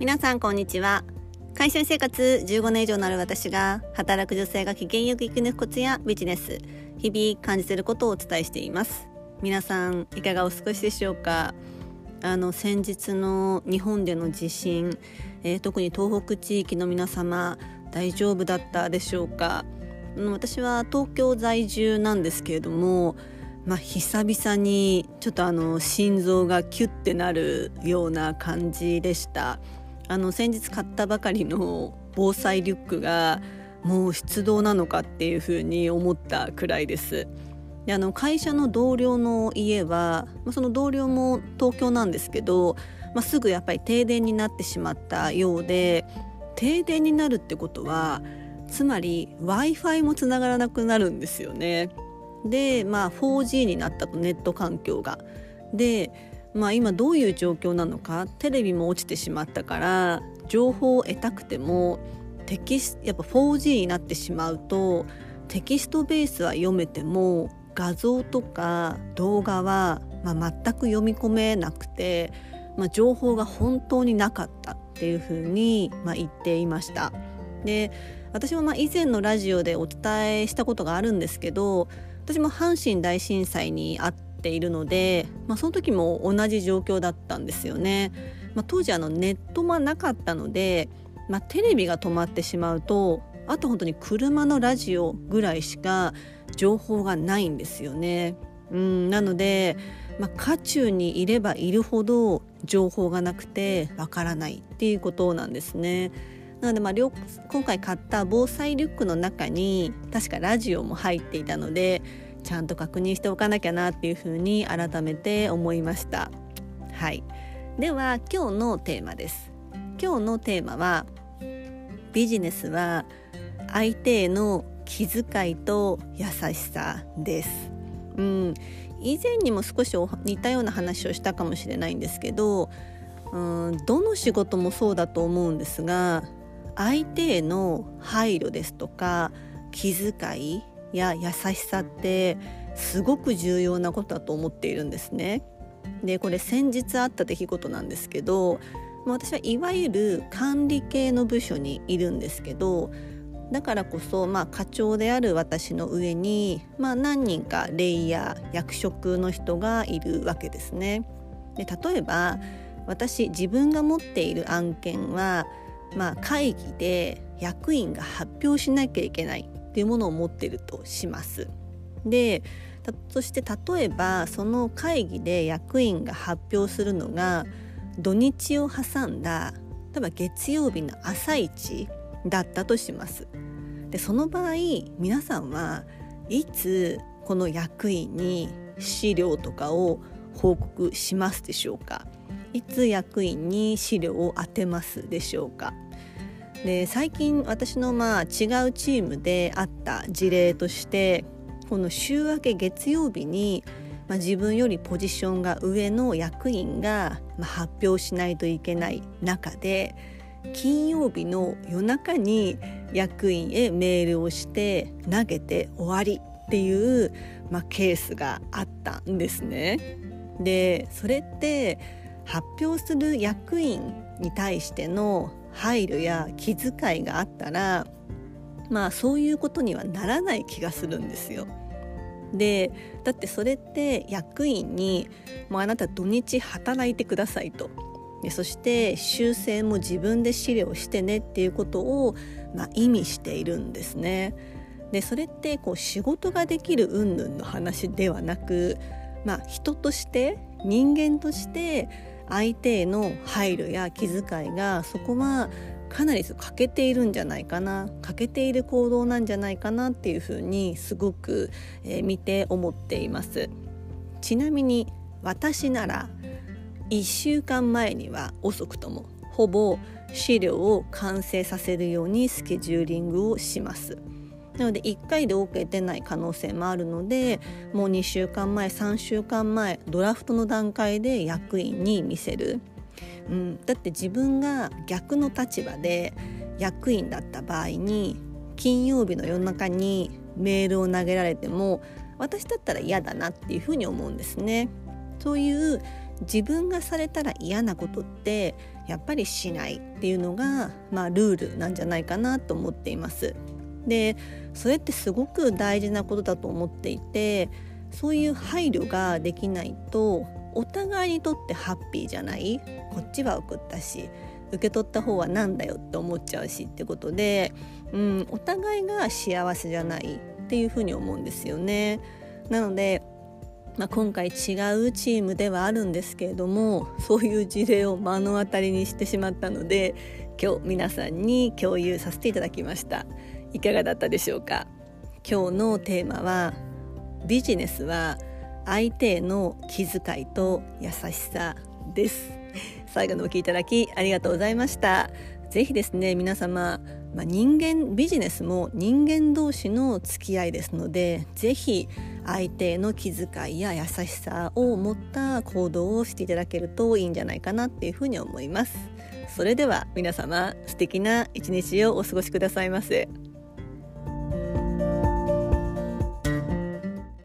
皆さんこんにちは。会社生活15年以上になる私が、働く女性が機嫌よく生き抜くコツやビジネス、日々感じていることをお伝えしています。皆さんいかがお過ごしでしょうか。先日の日本での地震、特に東北地域の皆様大丈夫だったでしょうか。私は東京在住なんですけれども、久々にちょっと心臓がキュッてなるような感じでした。先日買ったばかりの防災リュックがもう出動なのかっていうふうに思ったくらいです。で会社の同僚の家は、その同僚も東京なんですけど、すぐやっぱり停電になってしまったようで、停電になるってことはつまり Wi-Fi もつながらなくなるんですよね。で、4G になったと、ネット環境が。で、今どういう状況なのか、テレビも落ちてしまったから情報を得たくてもやっぱ 4G になってしまうと、テキストベースは読めても画像とか動画は、全く読み込めなくて、情報が本当になかったっていうふうに、言っていました。で、私も以前のラジオでお伝えしたことがあるんですけど、私も阪神大震災にあっているので、その時も同じ状況だったんですよね。当時ネットもなかったので、テレビが止まってしまうと、あと本当に車のラジオぐらいしか情報がないんですよね。なので、渦中にいればいるほど情報がなくてわからないっていうことなんですね。なので、今回買った防災リュックの中に確かラジオも入っていたので、ちゃんと確認しておかなきゃなっていうふうに改めて思いました。はい。では今日のテーマです。今日のテーマは、ビジネスは相手への気遣いと優しさです。以前にも少し似たような話をしたかもしれないんですけど、どの仕事もそうだと思うんですが、相手への配慮ですとか気遣いや優しさってすごく重要なことだと思っているんですね。で、これ先日あった出来事なんですけど、私はいわゆる管理系の部署にいるんですけど、だからこそ、課長である私の上に、何人かレイヤー、役職の人がいるわけですね。で、例えば自分が持っている案件は、会議で役員が発表しなきゃいけないっていうものを持っているとします。で、そして例えばその会議で役員が発表するのが土日を挟んだ例えば月曜日の朝一だったとします。で、その場合皆さんはいつこの役員に資料とかを報告しますでしょうか。いつ役員に資料を当てますでしょうか。で、最近私の違うチームであった事例として、この週明け月曜日に、自分よりポジションが上の役員が、発表しないといけない中で、金曜日の夜中に役員へメールをして投げて終わりっていう、ケースがあったんですね。で、それって発表する役員に対しての配慮や気遣いがあったら、そういうことにはならない気がするんですよ。で、だってそれって役員にあなた土日働いてくださいと。で、そして修正も自分で資料してねっていうことを、意味しているんですね。で、それって仕事ができる云々の話ではなく、人として人間として相手への配慮や気遣いがそこはかなり欠けているんじゃないかな、欠けている行動なんじゃないかなっていうふうにすごく、見て思っています。ちなみに私なら1週間前には遅くともほぼ資料を完成させるようにスケジューリングをします。なので1回で OK 出ない可能性もあるので、もう2週間前3週間前ドラフトの段階で役員に見せる。だって自分が逆の立場で役員だった場合に、金曜日の夜中にメールを投げられても私だったら嫌だなっていうふうに思うんですね。 そういう自分がされたら嫌なことってやっぱりしないっていうのが、ルールなんじゃないかなと思っています。で、それってすごく大事なことだと思っていて、そういう配慮ができないとお互いにとってハッピーじゃない、こっちは送ったし受け取った方はなんだよって思っちゃうしってことで、お互いが幸せじゃないっていうふうに思うんですよね。なので、今回違うチームではあるんですけれども、そういう事例を目の当たりにしてしまったので、今日皆さんに共有させていただきました。いかがだったでしょうか。今日のテーマは、ビジネスは相手への気遣いと優しさです。最後のお聞きいただきありがとうございました。ぜひですね、皆様、ビジネスも人間同士の付き合いですので、ぜひ相手への気遣いや優しさを持った行動をしていただけるといいんじゃないかなっていうふうに思います。それでは皆様、素敵な一日をお過ごしくださいませ。